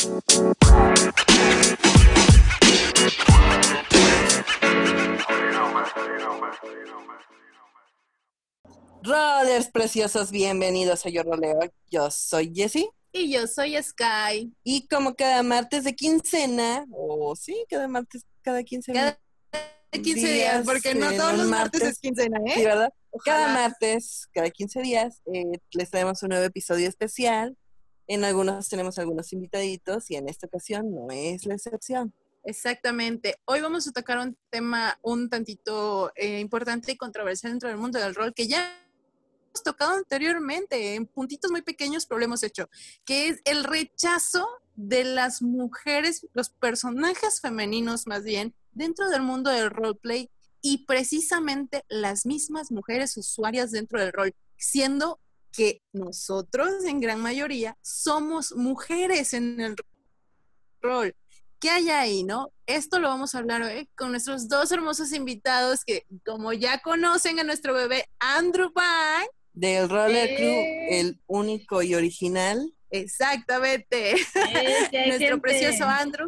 Rollers preciosos, bienvenidos a Yo Roleo. Yo soy Jessie. Y yo soy Sky. Y como cada martes de quincena, cada martes, cada 15 Cada 15 días, porque no todos los martes es quincena, ¿eh? Sí, ¿verdad? Ojalá. Cada martes, cada 15 días, les traemos un nuevo episodio especial. En algunos tenemos algunos invitaditos y en esta ocasión no es la excepción. Exactamente. Hoy vamos a tocar un tema un tantito importante y controversial dentro del mundo del rol que ya hemos tocado anteriormente, en puntitos muy pequeños, pero lo hemos hecho, que es el rechazo de las mujeres, los personajes femeninos más bien, dentro del mundo del roleplay y precisamente las mismas mujeres usuarias dentro del rol, siendo que nosotros en gran mayoría somos mujeres en el rol. ¿Qué hay ahí, no? Esto lo vamos a hablar hoy con nuestros dos hermosos invitados que, como ya conocen a nuestro bebé Andrew Bang, del Roller Crew, el único y original. Exactamente. Nuestro precioso Andrew.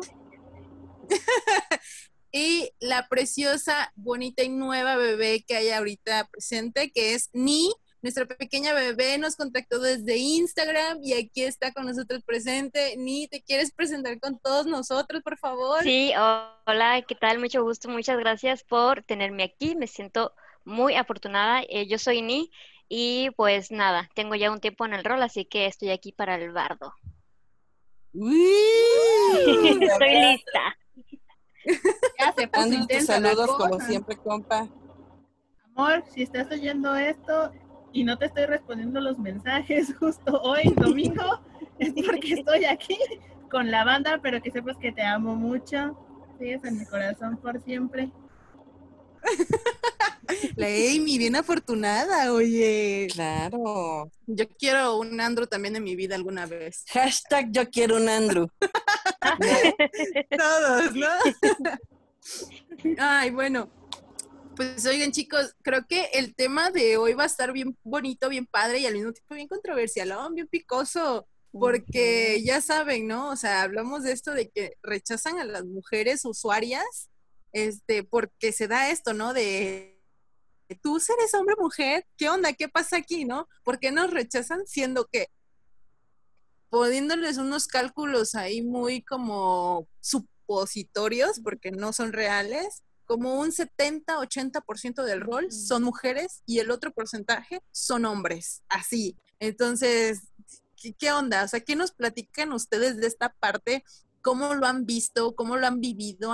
Y la preciosa, bonita y nueva bebé que hay ahorita presente, que es Ni. Nuestra pequeña bebé nos contactó desde Instagram y aquí está con nosotros presente. Ni, ¿te quieres presentar con todos nosotros, por favor? Sí, hola, ¿qué tal? Mucho gusto, muchas gracias por tenerme aquí. Me siento muy afortunada. Yo soy Ni y pues nada, tengo ya un tiempo en el rol, así que estoy aquí para el bardo. Estoy lista. Ya se puso Andy, tus intensa la saludos cosa. como siempre, compa. Amor, si estás oyendo esto y no te estoy respondiendo los mensajes justo hoy, domingo, es porque estoy aquí con la banda, pero que sepas que te amo mucho. Sigues en mi corazón por siempre. La Amy, bien afortunada, oye. Claro. Yo quiero un Andrew también en mi vida alguna vez. Hashtag yo quiero un Andrew. Todos, ¿no? Ay, bueno. Pues oigan, chicos, creo que el tema de hoy va a estar bien bonito, bien padre y al mismo tiempo bien controversial, ¿no? Bien picoso, porque ya saben, ¿no? O sea, hablamos de esto de que rechazan a las mujeres usuarias, porque se da esto, ¿no? De tú eres hombre o mujer, ¿qué onda? ¿Qué pasa aquí, no? ¿Por qué nos rechazan siendo que poniéndoles unos cálculos ahí muy como supositorios, porque no son reales, como un 70-80% del rol son mujeres y el otro porcentaje son hombres, así. Entonces, ¿qué onda? O sea, ¿qué nos platican ustedes de esta parte? ¿Cómo lo han visto? ¿Cómo lo han vivido?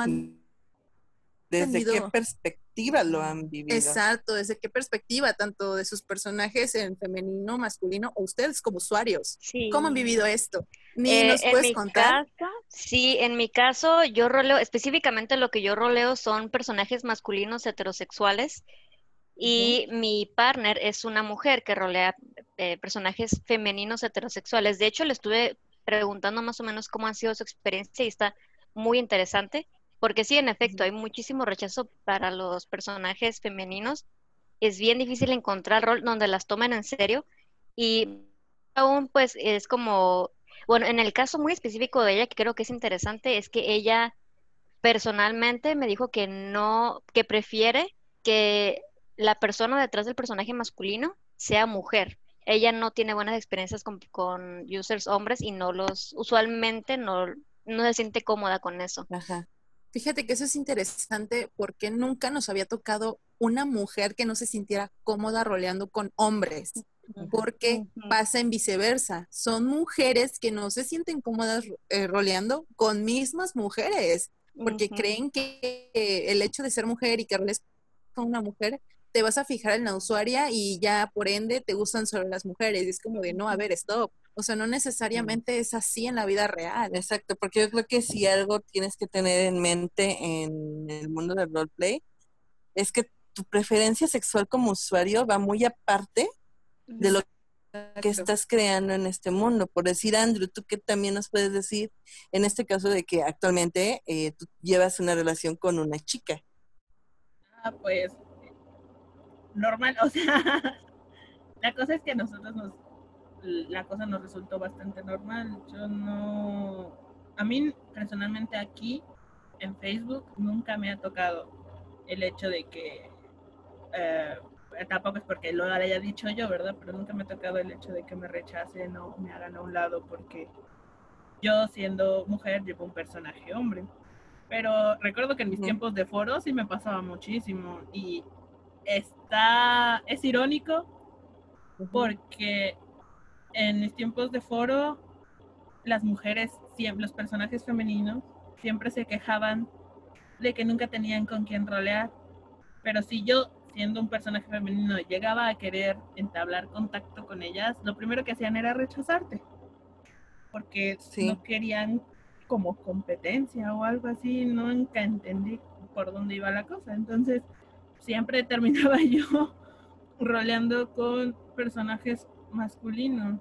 ¿Desde qué perspectiva lo han vivido? Exacto, ¿desde qué perspectiva? Tanto de sus personajes en femenino, masculino, o ustedes como usuarios. Sí. ¿Cómo han vivido esto? ¿Ni nos puedes contar? Sí, en mi caso yo roleo, específicamente lo que yo roleo son personajes masculinos heterosexuales y mi partner es una mujer que rolea personajes femeninos heterosexuales. De hecho, le estuve preguntando más o menos cómo han sido su experiencia y está muy interesante, porque sí, en efecto, hay muchísimo rechazo para los personajes femeninos. Es bien difícil encontrar rol donde las tomen en serio y aún pues es como, bueno, en el caso muy específico de ella, que creo que es interesante, es que ella personalmente me dijo que no, que prefiere que la persona detrás del personaje masculino sea mujer. Ella no tiene buenas experiencias con users hombres y usualmente no se siente cómoda con eso. Ajá. Fíjate que eso es interesante porque nunca nos había tocado una mujer que no se sintiera cómoda roleando con hombres, porque pasa en viceversa. Son mujeres que no se sienten cómodas roleando con mismas mujeres, porque creen que el hecho de ser mujer y que roles con una mujer, te vas a fijar en la usuaria y ya por ende te gustan solo las mujeres. Y es como de, no, a ver, stop. O sea, no necesariamente es así en la vida real. Exacto, porque yo creo que si algo tienes que tener en mente en el mundo del roleplay es que tu preferencia sexual como usuario va muy aparte de lo que estás creando en este mundo. Por decir, Andrew, ¿tú qué también nos puedes decir en este caso de que actualmente tú llevas una relación con una chica? Pues normal, o sea, la cosa es que la cosa nos resultó bastante normal. Yo no, a mí personalmente aquí en Facebook nunca me ha tocado el hecho de que, tampoco es porque lo haya dicho yo, ¿verdad? Pero nunca me ha tocado el hecho de que me rechacen o me hagan a un lado porque yo siendo mujer llevo un personaje hombre. Pero recuerdo que en mis tiempos de foro sí me pasaba muchísimo y es irónico porque en mis tiempos de foro las mujeres, siempre, los personajes femeninos siempre se quejaban de que nunca tenían con quién rolear, pero si yo siendo un personaje femenino llegaba a querer entablar contacto con ellas, lo primero que hacían era rechazarte porque no querían como competencia o algo así, nunca entendí por dónde iba la cosa, entonces siempre terminaba yo roleando con personajes masculinos.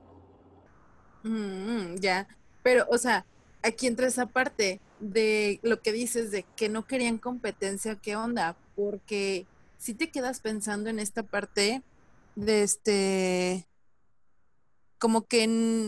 Ya, pero o sea, aquí entra esa parte de lo que dices de que no querían competencia, ¿qué onda? Porque si te quedas pensando en esta parte de como que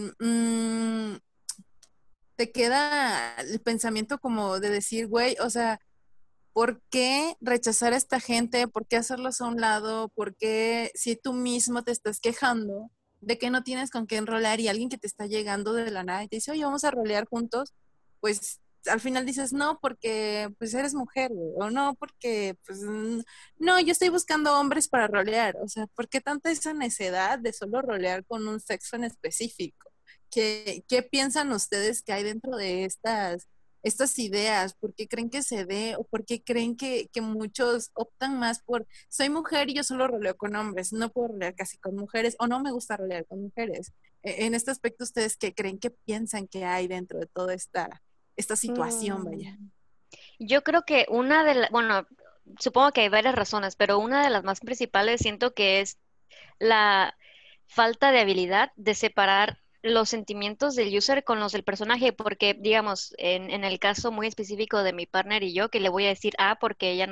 te queda el pensamiento como de decir, güey, o sea, ¿por qué rechazar a esta gente? ¿Por qué hacerlos a un lado? ¿Por qué si tú mismo te estás quejando de que no tienes con qué enrolar y alguien que te está llegando de la nada y te dice, oye, vamos a rolear juntos? Pues al final dices, no, porque pues eres mujer, güey, o no, porque pues no, yo estoy buscando hombres para rolear. O sea, ¿por qué tanta esa necedad de solo rolear con un sexo en específico? ¿Qué piensan ustedes que hay dentro de estas ideas? ¿Por qué creen que se dé o por qué creen que muchos optan más por soy mujer y yo solo roleo con hombres, no puedo rolear casi con mujeres o no me gusta rolear con mujeres? En este aspecto, ¿ustedes qué creen, qué piensan que hay dentro de toda esta situación, vaya? Yo creo que bueno, supongo que hay varias razones, pero una de las más principales siento que es la falta de habilidad de separar los sentimientos del user con los del personaje, porque digamos, en el caso muy específico de mi partner y yo, que le voy a decir A porque ella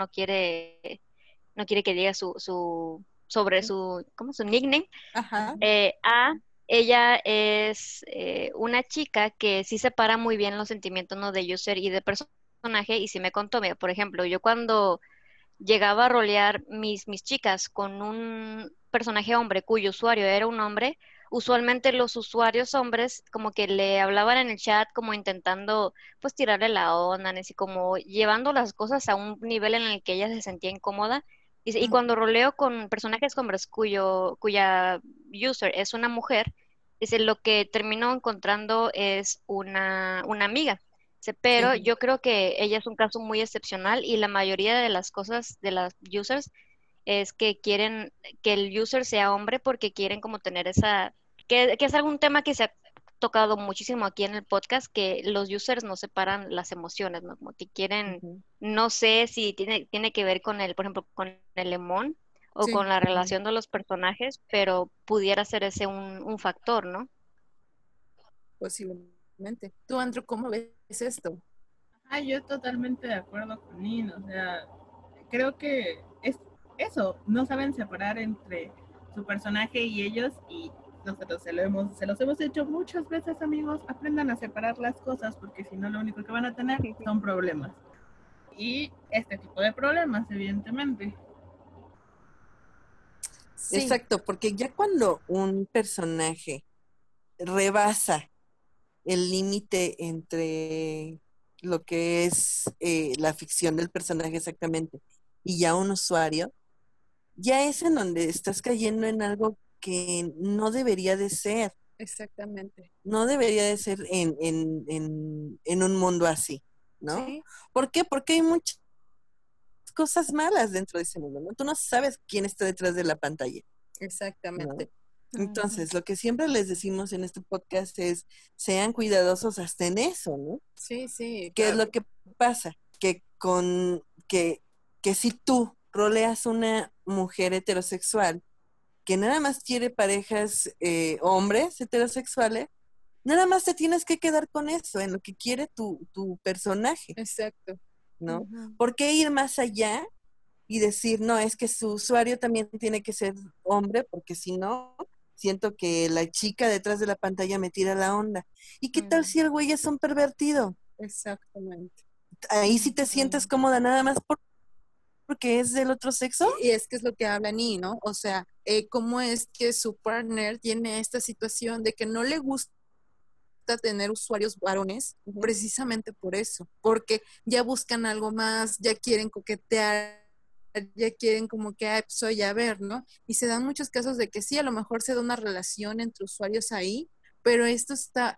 no quiere que diga sobre ¿cómo? Su nickname. Ajá. A, ella es una chica que sí separa muy bien los sentimientos, ¿no? De user y de personaje, y sí me contó, mira, por ejemplo, yo cuando llegaba a rolear mis chicas con un personaje hombre cuyo usuario era un hombre, usualmente los usuarios hombres como que le hablaban en el chat como intentando pues tirarle la onda, así como llevando las cosas a un nivel en el que ella se sentía incómoda. Y cuando roleo con personajes hombres cuya user es una mujer, dice, lo que termino encontrando es una amiga. Pero yo creo que ella es un caso muy excepcional y la mayoría de las cosas de las users es que quieren que el user sea hombre porque quieren como tener que es algún tema que se ha tocado muchísimo aquí en el podcast, que los users no separan las emociones, ¿no? Como que quieren, no sé si tiene que ver con por ejemplo, con el emón o con la relación de los personajes, pero pudiera ser ese un factor, ¿no? Posiblemente. Tú, Andrew, ¿cómo ves esto? Yo totalmente de acuerdo con Lynn, o sea, creo que es eso, no saben separar entre su personaje y ellos y nosotros se los hemos hecho muchas veces, amigos, aprendan a separar las cosas porque si no lo único que van a tener son problemas. Y este tipo de problemas, evidentemente. Sí. Exacto, porque ya cuando un personaje rebasa el límite entre lo que es la ficción del personaje exactamente y ya un usuario, ya es en donde estás cayendo en algo que no debería de ser. Exactamente. No debería de ser en un mundo así, ¿no? Sí. ¿Por qué? Porque hay muchas cosas malas dentro de ese mundo, ¿no? Tú no sabes quién está detrás de la pantalla. Exactamente. ¿No? Entonces, lo que siempre les decimos en este podcast es, sean cuidadosos hasta en eso, ¿no? Sí, sí. ¿Qué es lo que pasa? Que si tú roleas una mujer heterosexual que nada más quiere parejas hombres heterosexuales, nada más te tienes que quedar con eso, en lo que quiere tu personaje. Exacto. ¿No? ¿Por qué ir más allá y decir, no, es que su usuario también tiene que ser hombre, porque si no, siento que la chica detrás de la pantalla me tira la onda? ¿Y qué tal si el güey es un pervertido? Exactamente. Ahí sí te sientes cómoda nada más porque es del otro sexo. Y es que es lo que habla Ni, ¿no? O sea, cómo es que su partner tiene esta situación de que no le gusta tener usuarios varones, precisamente por eso, porque ya buscan algo más, ya quieren coquetear, ya quieren como que, ay, pues oye, a ver, ¿no? Y se dan muchos casos de que sí, a lo mejor se da una relación entre usuarios ahí, pero esto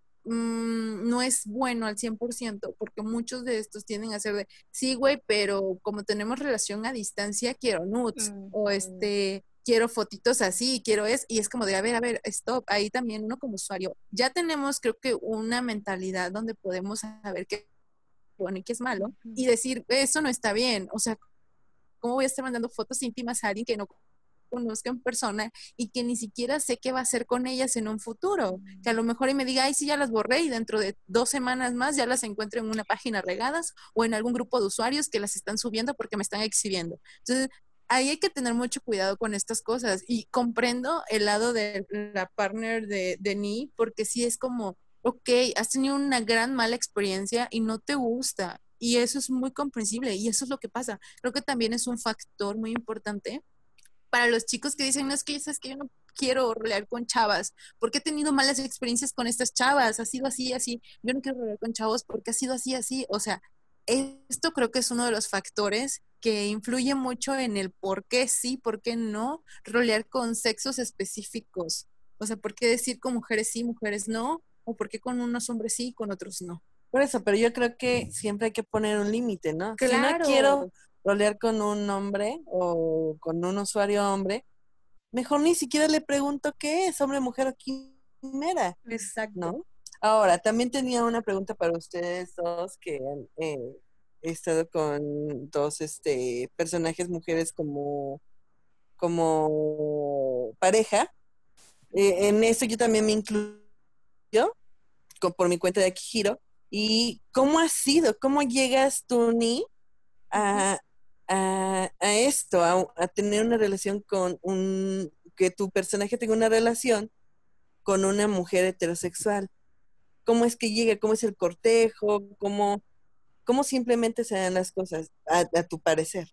no es bueno al 100%, porque muchos de estos tienden a ser de, sí, güey, pero como tenemos relación a distancia, quiero nudes, o quiero fotitos así, y es como de, a ver, stop, ahí también uno como usuario, ya tenemos creo que una mentalidad donde podemos saber qué es bueno y qué es malo, y decir, eso no está bien, o sea, ¿cómo voy a estar mandando fotos íntimas a alguien que no conozca en persona y que ni siquiera sé qué va a hacer con ellas en un futuro? Que a lo mejor y me diga, ay, sí, ya las borré y dentro de 2 semanas más ya las encuentro en una página regadas o en algún grupo de usuarios que las están subiendo porque me están exhibiendo. Entonces, ahí hay que tener mucho cuidado con estas cosas y comprendo el lado de la partner de Ni, porque sí es como, ok, has tenido una gran mala experiencia y no te gusta. Y eso es muy comprensible y eso es lo que pasa. Creo que también es un factor muy importante para los chicos que dicen, no, es que yo no quiero rolear con chavas, porque he tenido malas experiencias con estas chavas, ha sido así, así, yo no quiero rolear con chavos porque ha sido así, así, o sea, esto creo que es uno de los factores que influye mucho en el por qué sí, por qué no rolear con sexos específicos, o sea, por qué decir con mujeres sí, mujeres no, o por qué con unos hombres sí y con otros no. Por eso, pero yo creo que siempre hay que poner un límite, ¿no? Si no Claro. quiero rolear con un hombre o con un usuario hombre, mejor ni siquiera le pregunto qué es, hombre, mujer o quimera, Exacto. ¿no? Ahora, también tenía una pregunta para ustedes dos que han estado con dos personajes mujeres como pareja. En eso yo también me incluyo por mi cuenta de Akihiro. ¿Y cómo ha sido? ¿Cómo llegas tú, Ni, a, a esto, a tener una relación que tu personaje tenga una relación con una mujer heterosexual? ¿Cómo es que llega? ¿Cómo es el cortejo? ¿Cómo simplemente se dan las cosas, a tu parecer?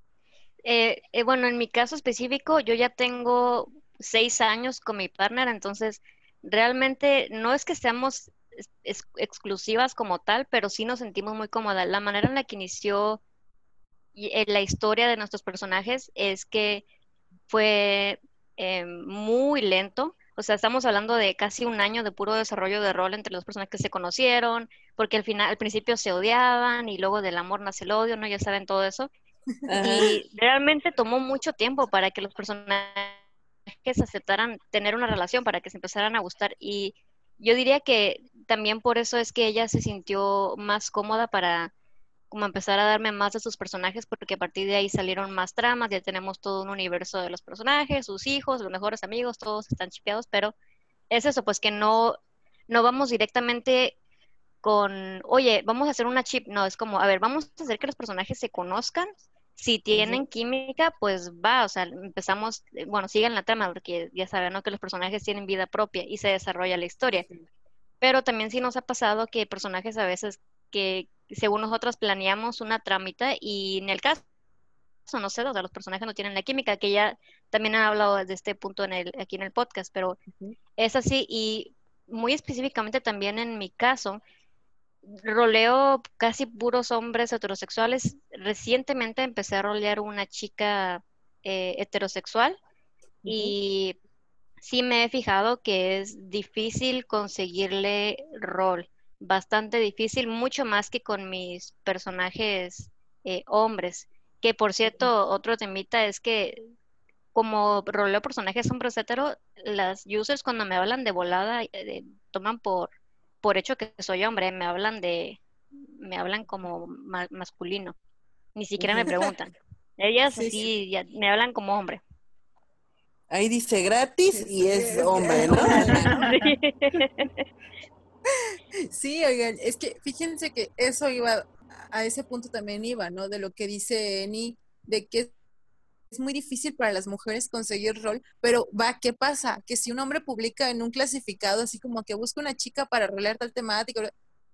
Bueno, en mi caso específico, yo ya tengo 6 años con mi partner, entonces realmente no es que seamos exclusivas como tal, pero sí nos sentimos muy cómodas. La manera en la que inició la historia de nuestros personajes es que fue muy lento. O sea, estamos hablando de casi un año de puro desarrollo de rol entre las personas que se conocieron, porque al principio se odiaban y luego del amor nace el odio, ¿no? Ya saben todo eso. Ajá. Y realmente tomó mucho tiempo para que los personajes aceptaran tener una relación, para que se empezaran a gustar. Y yo diría que también por eso es que ella se sintió más cómoda para como empezar a darme más de sus personajes, porque a partir de ahí salieron más tramas, ya tenemos todo un universo de los personajes, sus hijos, los mejores amigos, todos están chipeados, pero es eso, pues que no vamos directamente con, oye, vamos a hacer una chip, no, es como, a ver, vamos a hacer que los personajes se conozcan, si tienen química, pues va, o sea, empezamos, bueno, sigan la trama, porque ya saben, ¿no? Que los personajes tienen vida propia y se desarrolla la historia, pero también sí nos ha pasado que personajes a veces que según nosotros planeamos una tramita y en el caso, no sé, o sea, los personajes no tienen la química, que ya también han hablado de este punto aquí en el podcast, pero es así y muy específicamente también en mi caso, roleo casi puros hombres heterosexuales. Recientemente empecé a rolear una chica heterosexual y sí me he fijado que es difícil conseguirle rol, bastante difícil, mucho más que con mis personajes hombres. Que por cierto, otro temita es que como roleo personajes hombres hetero, las users cuando me hablan de volada toman por hecho que soy hombre, me hablan como masculino, ni siquiera me preguntan. Ellas Sí, sí. así ya, me hablan como hombre. Ahí dice gratis y es hombre, ¿no? Sí, oigan, es que fíjense que eso iba, a ese punto también iba, ¿no? De lo que dice Eni, de que es muy difícil para las mujeres conseguir rol, pero va, ¿qué pasa? Que si un hombre publica en un clasificado así como que busca una chica para rolear tal temática,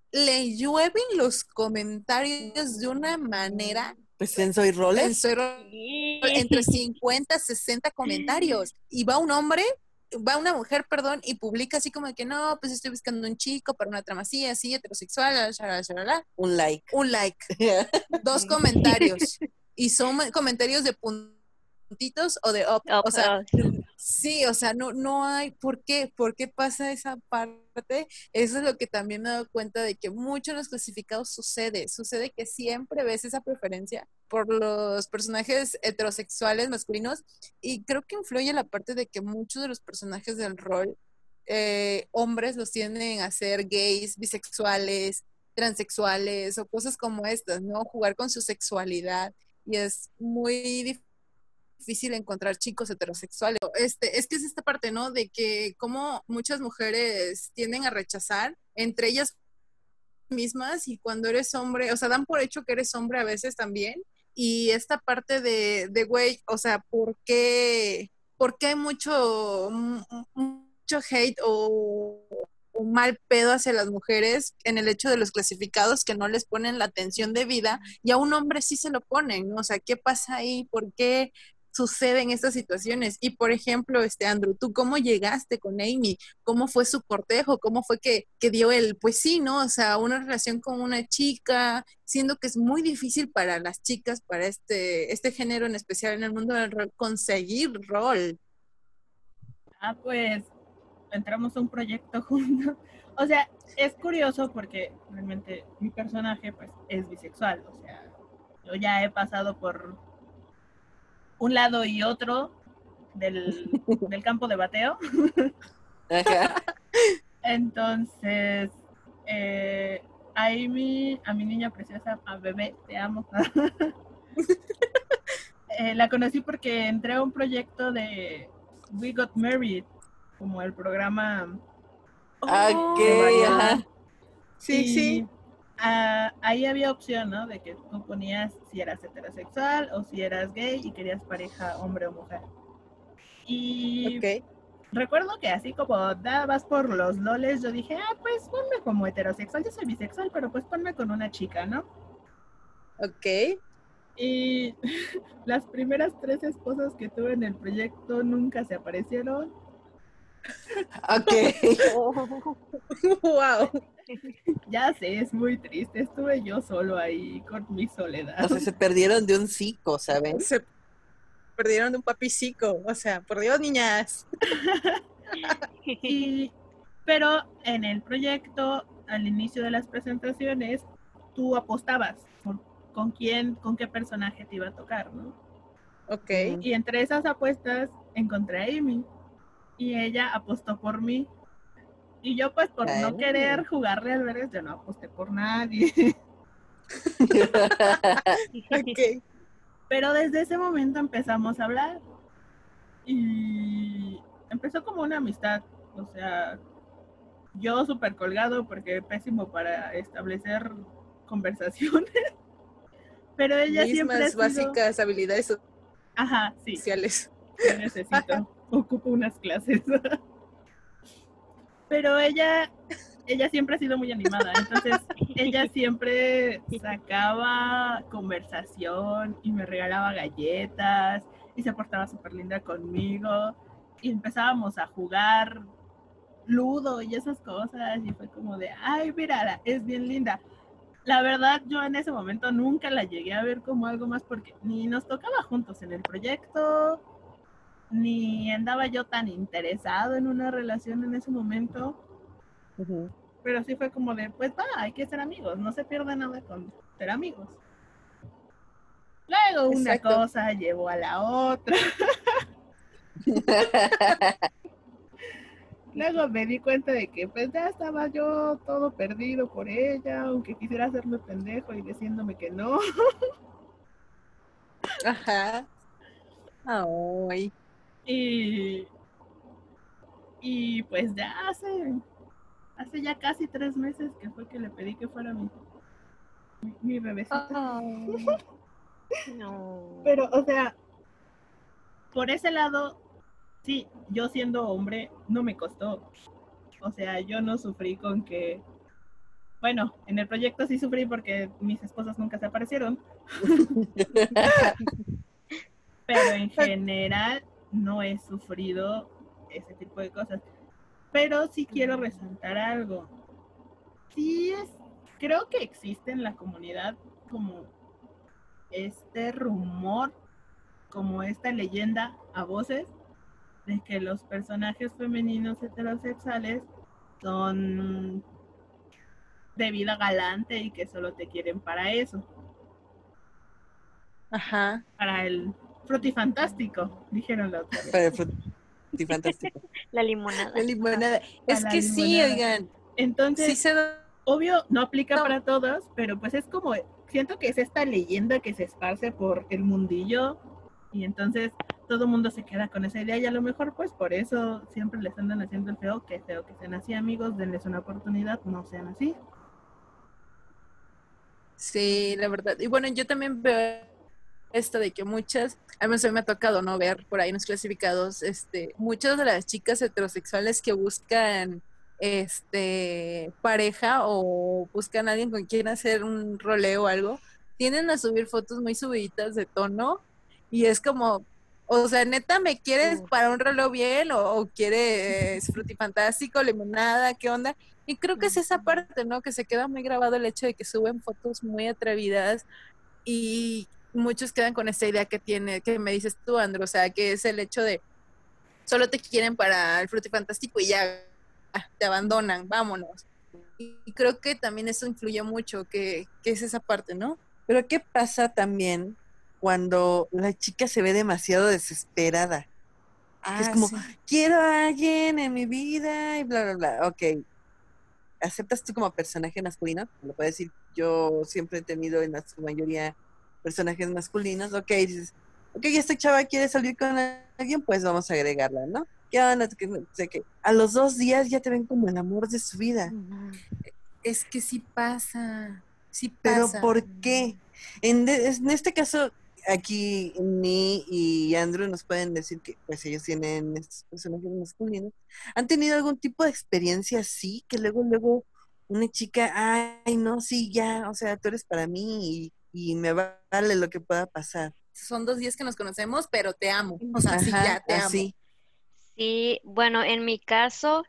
le llueven los comentarios de una manera. Pues en Soy Roller. En Soy Roller, entre 50, 60 comentarios. Y va una mujer, perdón, y publica así como de que no, pues estoy buscando un chico para una trama así, heterosexual, shalala. Un like. 2 comentarios. Y son comentarios de puntitos o de up. O sea, sí, o sea, no hay, ¿por qué pasa esa parte? Eso es lo que también me he dado cuenta de que mucho en los clasificados sucede que siempre ves esa preferencia por los personajes heterosexuales masculinos, y creo que influye la parte de que muchos de los personajes del rol, hombres los tienden a ser gays, bisexuales, transexuales o cosas como estas, ¿no? Jugar con su sexualidad, y es muy difícil encontrar chicos heterosexuales. Es que es esta parte, ¿no? De que como muchas mujeres tienden a rechazar entre ellas mismas, y cuando eres hombre, o sea, dan por hecho que eres hombre a veces también, y esta parte de güey, o sea, ¿por qué hay mucho hate o mal pedo hacia las mujeres en el hecho de los clasificados, que no les ponen la atención debida, y a un hombre sí se lo ponen, ¿no? O sea, ¿qué pasa ahí? ¿Por qué suceden estas situaciones? Y por ejemplo, Andrew, ¿tú cómo llegaste con Amy? ¿Cómo fue su cortejo? ¿Cómo fue que dio pues sí, ¿no? O sea, una relación con una chica, siendo que es muy difícil para las chicas, para este género en especial en el mundo del rol, conseguir rol. Pues entramos a un proyecto juntos. O sea, es curioso porque realmente mi personaje pues es bisexual. O sea, yo ya he pasado por un lado y otro del campo de bateo. Entonces, a mi niña preciosa, a bebé, te amo. La conocí porque entré a un proyecto de We Got Married, como el programa. Ajá. Sí. Ahí había opción, ¿no? De que tú ponías si eras heterosexual o si eras gay y querías pareja hombre o mujer. Y recuerdo que así como dabas por los loles, yo dije, pues ponme como heterosexual, yo soy bisexual, pero pues ponme con una chica, ¿no? Ok. Y las primeras 3 esposas que tuve en el proyecto nunca se aparecieron. Ok. Wow. Ya sé, es muy triste. Estuve yo solo ahí con mi soledad. O sea, se perdieron de un psico, ¿saben? Se perdieron de un papicico. O sea, por Dios, niñas. Pero en el proyecto, al inicio de las presentaciones, tú apostabas con qué personaje te iba a tocar, ¿no? Ok. Y entre esas apuestas encontré a Amy y ella apostó por mí. Y yo pues por no querer jugarle al veres, yo no aposté por nadie. Ok. Pero desde ese momento empezamos a hablar. Y empezó como una amistad. O sea, yo súper colgado porque pésimo para establecer conversaciones. Pero ella siempre ha sido... básicas habilidades sociales. Sí, necesito. Ocupo unas clases. Pero ella siempre ha sido muy animada, entonces ella siempre sacaba conversación y me regalaba galletas y se portaba súper linda conmigo y empezábamos a jugar ludo y esas cosas y fue como de, ay, mírala, es bien linda. La verdad, yo en ese momento nunca la llegué a ver como algo más porque ni nos tocaba juntos en el proyecto, ni andaba yo tan interesado en una relación en ese momento. Uh-huh. Pero sí fue como de, pues hay que ser amigos, no se pierde nada con ser amigos. Luego una cosa llevó a la otra. Luego me di cuenta de que pues ya estaba yo todo perdido por ella, aunque quisiera hacerme pendejo y diciéndome que no. Ajá. Ay. Y pues ya hace ya casi 3 meses que fue que le pedí que fuera mi bebecita. No. Pero, o sea, por ese lado, sí, yo siendo hombre no me costó. O sea, yo no sufrí con que Bueno, en el proyecto sí sufrí porque mis esposos nunca se aparecieron, pero en general no he sufrido ese tipo de cosas. Pero sí quiero resaltar algo. Sí creo que existe en la comunidad como este rumor, como esta leyenda a voces de que los personajes femeninos heterosexuales son de vida galante y que solo te quieren para eso, Ajá. para el frutifantástico, dijeron la otra vez. Para el frutifantástico. La limonada. La limonada. Para Es la que sí, limonada. oigan. Entonces, Sí se da. obvio, no aplica No. para todos, pero pues es como, siento que es esta leyenda que se esparce por el mundillo y entonces todo el mundo se queda con esa idea y a lo mejor pues por eso siempre les andan haciendo el feo que sean así, amigos, denles una oportunidad, no sean así. Sí, la verdad. Y bueno, yo también veo esto de que muchas, a mí me ha tocado no ver por ahí en los clasificados, muchas de las chicas heterosexuales que buscan pareja o buscan a alguien con quien hacer un roleo o algo, tienden a subir fotos muy subiditas de tono y es como, o sea, neta, ¿me quieres para un roleo bien o quieres frutifantástico, limonada, qué onda? Y creo que es esa parte, ¿no? Que se queda muy grabado el hecho de que suben fotos muy atrevidas y muchos quedan con esta idea que me dices tú, Andrew, o sea, que es el hecho de solo te quieren para el frutifantástico y ya te abandonan, vámonos. Y creo que también eso influye mucho, que es esa parte, ¿no? Pero ¿qué pasa también cuando la chica se ve demasiado desesperada? Que es como, Sí. quiero a alguien en mi vida y bla, bla, bla. Ok, ¿aceptas tú como personaje masculino? Lo puedes decir, yo siempre he tenido en su mayoría personajes masculinos. Ok, dices, ok, esta chava quiere salir con alguien, pues vamos a agregarla, ¿no? ¿Qué onda? Que no sé qué. A los 2 días ya te ven como el amor de su vida. Es que sí pasa, sí Pero pasa. ¿por qué? En este caso, aquí Ni y Andrew nos pueden decir que pues ellos tienen estos personajes masculinos. ¿Han tenido algún tipo de experiencia así? Que luego una chica, ay, no, sí, ya, o sea, tú eres para mí y me vale lo que pueda pasar. Son 2 días que nos conocemos, pero te amo. O sea, sí, Ajá, ya te amo. así. Sí, bueno, en mi caso,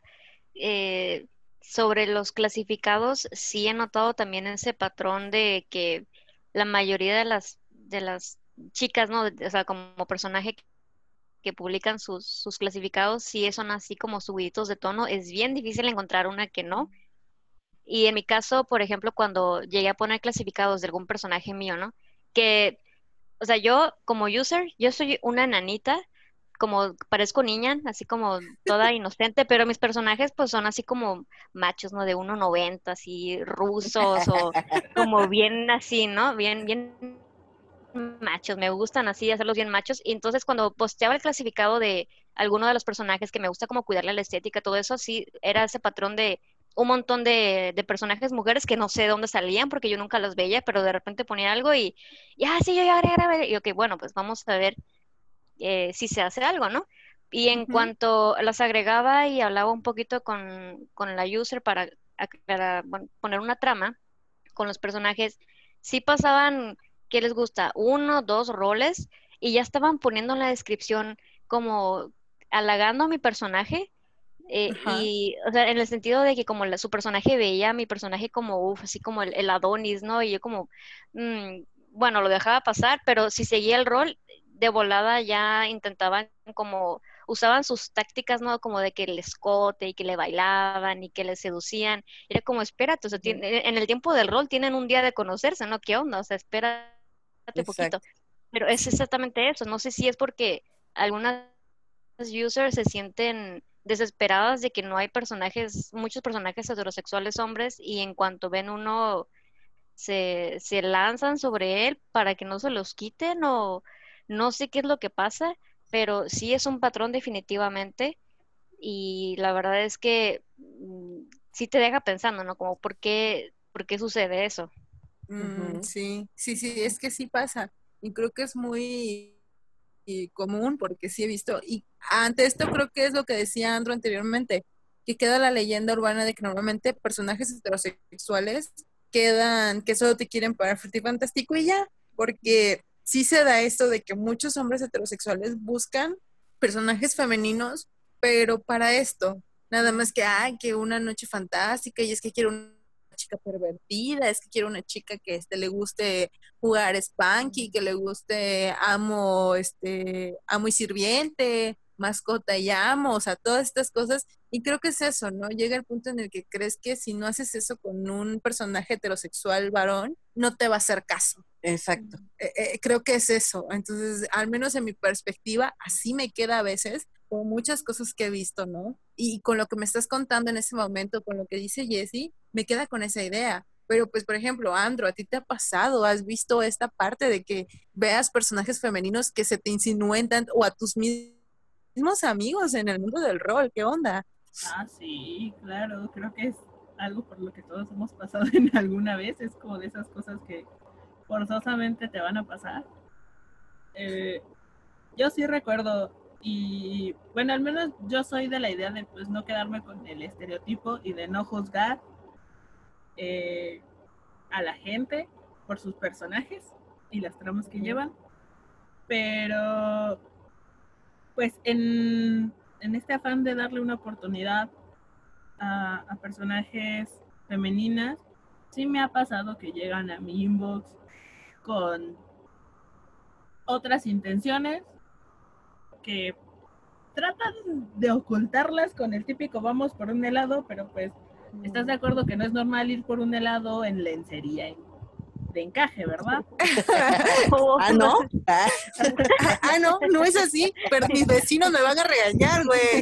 sobre los clasificados, sí he notado también ese patrón de que la mayoría de las chicas, ¿no? O sea, como personaje que publican sus clasificados, sí son así como subiditos de tono. Es bien difícil encontrar una que no. Y en mi caso, por ejemplo, cuando llegué a poner clasificados de algún personaje mío, ¿no? Que, o sea, yo como user, yo soy una nanita, como parezco niña, así como toda inocente, pero mis personajes pues son así como machos, ¿no? De 1,90, así rusos o como bien así, ¿no? Bien machos, me gustan así hacerlos bien machos. Y entonces cuando posteaba el clasificado de alguno de los personajes que me gusta como cuidarle la estética, todo eso, sí, era ese patrón de un montón de personajes mujeres que no sé de dónde salían porque yo nunca las veía, pero de repente ponía algo sí, yo ya agregué, y ok, bueno, pues vamos a ver si se hace algo, ¿no? Y en Ujú. cuanto las agregaba y hablaba un poquito con la user bueno, poner una trama con los personajes, sí pasaban, ¿qué les gusta? 1, 2 roles y ya estaban poniendo en la descripción como halagando a mi personaje. Ajá. O sea, en el sentido de que como su personaje veía a mi personaje como, así como el Adonis, ¿no? Y yo como, bueno, lo dejaba pasar, pero si seguía el rol, de volada ya intentaban como, usaban sus tácticas, ¿no? Como de que el escote y que le bailaban y que le seducían. Era como, espérate, o sea, en el tiempo del rol tienen un día de conocerse, ¿no? ¿Qué onda? O sea, espérate poquito. Exacto. Pero es Sí. exactamente eso. No sé si es porque algunas users se sienten desesperadas de que no hay muchos personajes heterosexuales hombres, y en cuanto ven uno se lanzan sobre él para que no se los quiten, o no sé qué es lo que pasa, pero sí es un patrón definitivamente. Y la verdad es que sí te deja pensando, ¿no? Como por qué sucede eso. Ujú. Sí, es que sí pasa. Y creo que es muy común porque sí he visto. Y ante esto creo que es lo que decía Andro anteriormente, que queda la leyenda urbana de que normalmente personajes heterosexuales quedan, que solo te quieren para Frutifantástico y ya, porque sí se da esto de que muchos hombres heterosexuales buscan personajes femeninos, pero para esto, nada más que, ay, que una noche fantástica, y es que quiero una chica pervertida, es que quiero una chica que le guste jugar Spanky, que le guste amo y sirviente, mascota y amo, o sea, todas estas cosas. Y creo que es eso, ¿no? Llega el punto en el que crees que si no haces eso con un personaje heterosexual varón, no te va a hacer caso. Exacto. Creo que es eso. Entonces, al menos en mi perspectiva, así me queda a veces con muchas cosas que he visto, ¿no? Y con lo que me estás contando en ese momento, con lo que dice Jessie, me queda con esa idea. Pero pues, por ejemplo, Andro, ¿a ti te ha pasado? ¿Has visto esta parte de que veas personajes femeninos que se te insinúen tanto, o a tus mismos amigos en el mundo del rol? ¿Qué onda? Ah, sí, claro, creo que es algo por lo que todos hemos pasado en alguna vez, es como de esas cosas que forzosamente te van a pasar. Yo sí recuerdo, y bueno, al menos yo soy de la idea de pues no quedarme con el estereotipo y de no juzgar a la gente por sus personajes y las tramas que llevan, pero pues en este afán de darle una oportunidad a personajes femeninas, sí me ha pasado que llegan a mi inbox con otras intenciones que tratan de ocultarlas con el típico vamos por un helado, pero pues estás de acuerdo que no es normal ir por un helado en lencería de encaje, ¿verdad? Ah, ¿no? No, no es así, pero mis vecinos me van a regañar, güey.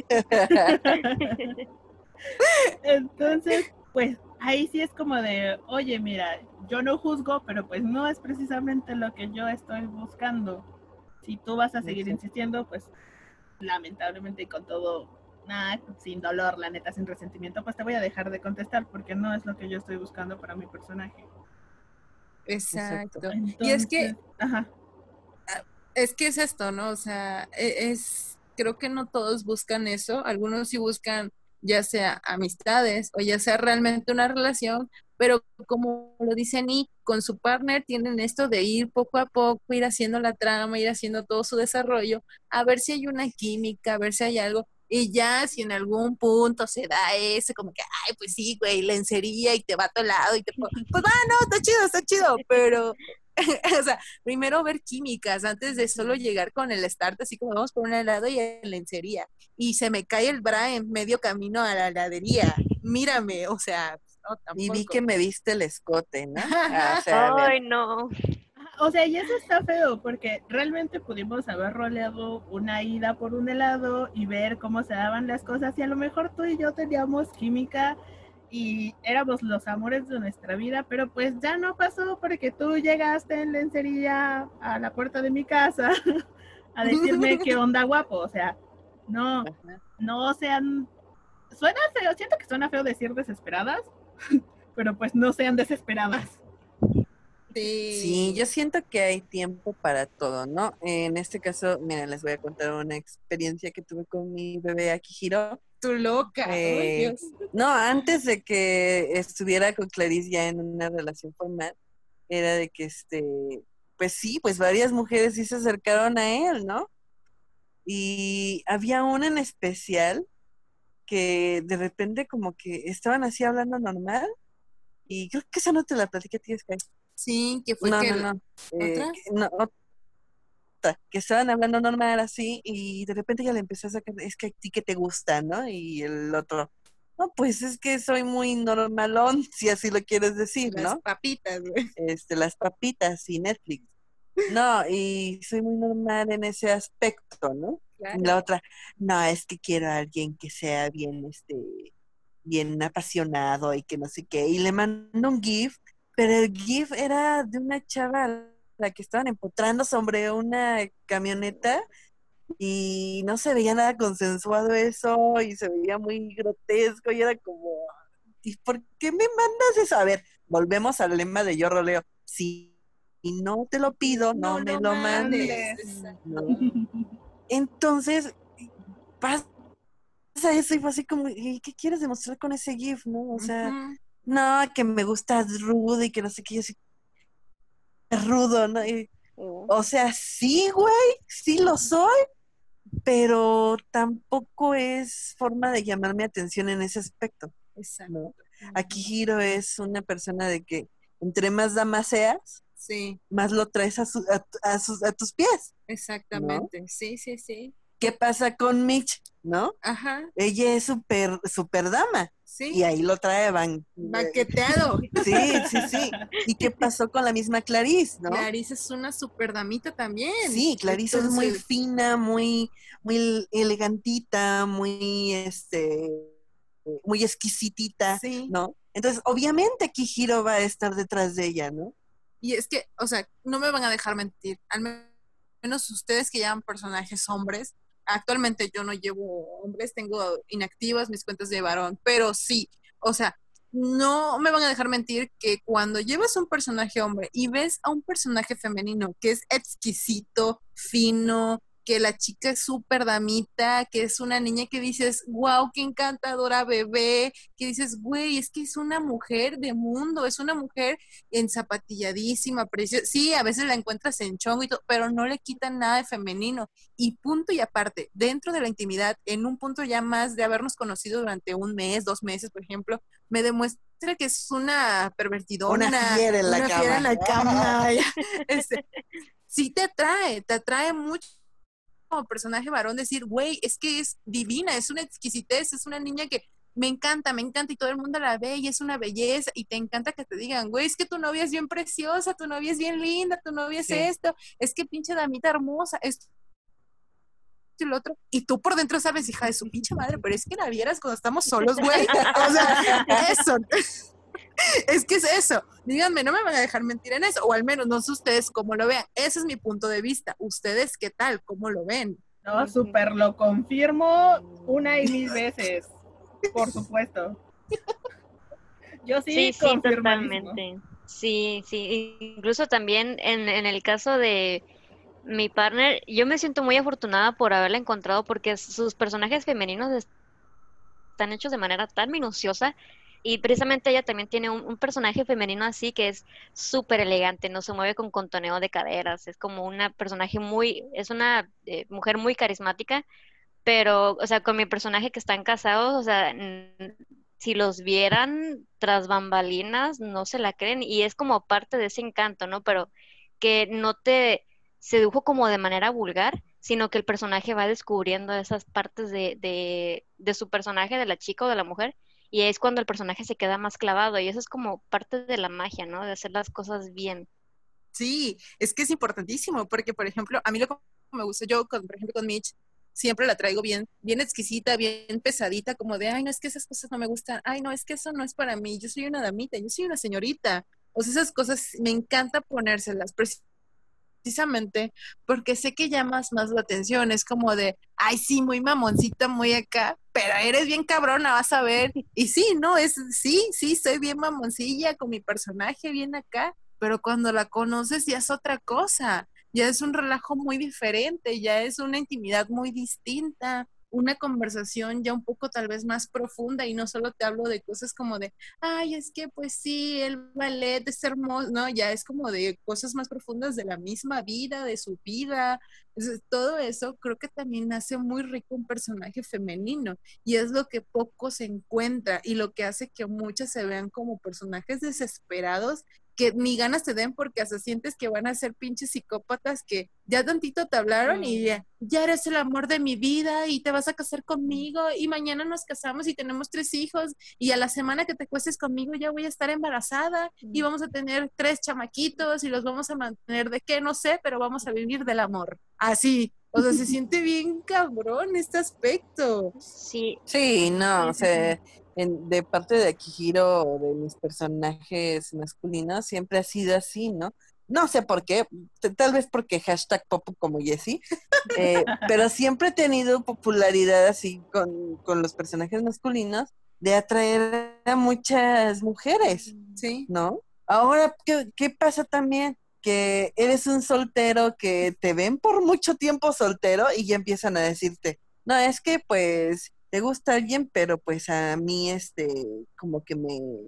Entonces, pues ahí sí es como de, oye, mira, yo no juzgo, pero pues no es precisamente lo que yo estoy buscando. Si tú vas a seguir insistiendo, pues lamentablemente y con todo, nada, sin dolor, la neta, sin resentimiento, pues te voy a dejar de contestar porque no es lo que yo estoy buscando para mi personaje. Exacto. Entonces, Y es que ajá. es que es esto, ¿no? O sea, creo que no todos buscan eso, algunos sí buscan ya sea amistades o ya sea realmente una relación, pero como lo dice Nick, con su partner tienen esto de ir poco a poco, ir haciendo la trama, ir haciendo todo su desarrollo, a ver si hay una química, a ver si hay algo, y ya si en algún punto se da ese, como que, ay, pues sí, güey, lencería y te va a tu lado y pues va, no, está chido, pero o sea, primero ver químicas antes de solo llegar con el start, así como vamos por un helado y en lencería. Y se me cae el bra en medio camino a la heladería. Mírame, o sea, no, Y vi tampoco. que me viste el escote, ¿no? O sea, a ver. Ay, no. O sea, y eso está feo, porque realmente pudimos haber roleado una ida por un helado y ver cómo se daban las cosas, y a lo mejor tú y yo teníamos química y éramos los amores de nuestra vida, pero pues ya no pasó porque tú llegaste en lencería a la puerta de mi casa a decirme qué onda guapo, o sea, no, no sean, suena feo, siento que suena feo decir desesperadas, pero pues no sean desesperadas. Sí, yo siento que hay tiempo para todo, ¿no? En este caso, miren, les voy a contar una experiencia que tuve con mi bebé Akihiro. Tú loca. Ay, Dios. No, antes de que estuviera con Clarice ya en una relación formal, era de que pues sí, pues varias mujeres sí se acercaron a él, ¿no? Y había una en especial que de repente como que estaban así hablando normal, y creo que esa no te la platiqué a ti, Sky. Sí, que fue No, que... no, no. ¿Otra? Que estaban hablando normal así, y de repente ya le empezó a sacar, es que a ti que te gusta, ¿no? Y el otro, no, pues es que soy muy normalón, si así lo quieres decir, Las ¿no? papitas, güey. Las papitas y Netflix. No, y soy muy normal en ese aspecto, ¿no? Claro. Y la otra, no, es que quiero a alguien que sea bien, bien apasionado y que no sé qué. Y le mando un GIF, pero el GIF era de una chava a la que estaban empotrando sobre una camioneta y no se veía nada consensuado eso y se veía muy grotesco y era como, ¿y por qué me mandas eso? A ver, volvemos al lema de yo roleo. Si no te lo pido, no me lo mandes. Exacto. No. Entonces, pasa eso y fue así como, ¿y qué quieres demostrar con ese GIF, no? O sea, Ujú. no, que me gusta rudo y que no sé qué, yo así, rudo, ¿no? O sea, sí, güey, sí lo soy, pero tampoco es forma de llamar mi atención en ese aspecto, Exacto. ¿no? Akihiro es una persona de que entre más dama seas, Sí, más lo traes a tus pies, ¿no? exactamente. Sí, sí, sí. ¿Qué pasa con Mitch, no? Ajá, Ella es super dama y sí. ahí lo trae Baqueteado. sí, sí, sí. ¿Y qué pasó con la misma Clarice, no? Clarice es una super damita también. Sí, Clarice es muy Entonces, fina, muy elegantita, muy exquisitita, sí. ¿no? Entonces, obviamente Kihiro va a estar detrás de ella, ¿no? Y es que, o sea, no me van a dejar mentir. Al menos ustedes que llevan personajes hombres. Actualmente yo no llevo hombres, tengo inactivas mis cuentas de varón, pero sí, o sea, no me van a dejar mentir que cuando llevas un personaje hombre y ves a un personaje femenino que es exquisito, fino, que la chica es súper damita, que es una niña que dices, wow, qué encantadora bebé, que dices, güey, es que es una mujer de mundo, es una mujer enzapatilladísima, preciosa. Sí, a veces la encuentras en chongo y todo, pero no le quitan nada de femenino. Y punto y aparte, dentro de la intimidad, en un punto ya más de habernos conocido durante un mes, 2 meses, por ejemplo, me demuestra que es una pervertidora, Una fiera en la una fiera en cama. la cama. Este, sí te atrae mucho como personaje varón decir, güey, es que es divina, es una exquisitez, es una niña que me encanta y todo el mundo la ve y es una belleza y te encanta que te digan, güey, es que tu novia es bien preciosa, tu novia es bien linda, tu novia es Sí. esto, es que pinche damita hermosa, esto y lo otro, y tú por dentro sabes, hija de su pinche madre, pero es que la vieras cuando estamos solos, güey, o sea, eso, es que es eso, díganme, no me van a dejar mentir en eso, o al menos no sé ustedes cómo lo vean, ese es mi punto de vista, ustedes qué tal, cómo lo ven. No, súper lo confirmo una y mil veces, por supuesto. Yo sí, Sí, sí, confirmadísimo. totalmente. Sí, sí. Incluso también en el caso de mi partner, yo me siento muy afortunada por haberla encontrado porque sus personajes femeninos están hechos de manera tan minuciosa y precisamente ella también tiene un personaje femenino así que es súper elegante, no se mueve con contoneo de caderas, es como una personaje es una mujer muy carismática, pero, o sea, con mi personaje que están casados, o sea, si los vieran tras bambalinas, no se la creen y es como parte de ese encanto, ¿no? Pero que no te sedujo como de manera vulgar, sino que el personaje va descubriendo esas partes de su personaje, de la chica o de la mujer, y es cuando el personaje se queda más clavado y eso es como parte de la magia, ¿no? De hacer las cosas bien. Sí, es que es importantísimo, porque por ejemplo, a mí lo que me gusta, yo por ejemplo con Mitch, siempre la traigo bien, bien exquisita, bien pesadita, como de, ay, no, es que esas cosas no me gustan, ay, no, es que eso no es para mí, yo soy una damita, yo soy una señorita. O sea, esas cosas me encanta ponérselas, precisamente porque sé que llamas más la atención, es como de, ay, sí, muy mamoncita, muy acá, pero eres bien cabrona, vas a ver. Y sí, no, sí, sí, soy bien mamoncilla con mi personaje, bien acá, pero cuando la conoces ya es otra cosa, ya es un relajo muy diferente, ya es una intimidad muy distinta, una conversación ya un poco tal vez más profunda y no solo te hablo de cosas como de, ay, es que pues sí, el ballet es hermoso, no, ya es como de cosas más profundas de la misma vida, de su vida. Entonces, todo eso creo que también hace muy rico un personaje femenino y es lo que poco se encuentra y lo que hace que muchas se vean como personajes desesperados que ni ganas te den porque hasta sientes que van a ser pinches psicópatas que ya tantito te hablaron y ya eres el amor de mi vida y te vas a casar conmigo y mañana nos casamos y tenemos 3 hijos y a la semana que te acuestes conmigo ya voy a estar embarazada y vamos a tener 3 chamaquitos y los vamos a mantener de qué, no sé, pero vamos a vivir del amor. Así, o sea, se siente bien cabrón este aspecto. Sí, Sí, no, o Sí, sí, sí. sea, de parte de Akihiro, de mis personajes masculinos, siempre ha sido así, ¿no? No sé por qué, tal vez porque hashtag popo como Jessie, pero siempre he tenido popularidad así con los personajes masculinos de atraer a muchas mujeres, Sí, ¿no? Ahora, ¿qué pasa también? Que eres un soltero que te ven por mucho tiempo soltero y ya empiezan a decirte, no, es que pues te gusta alguien, pero pues a mí, como que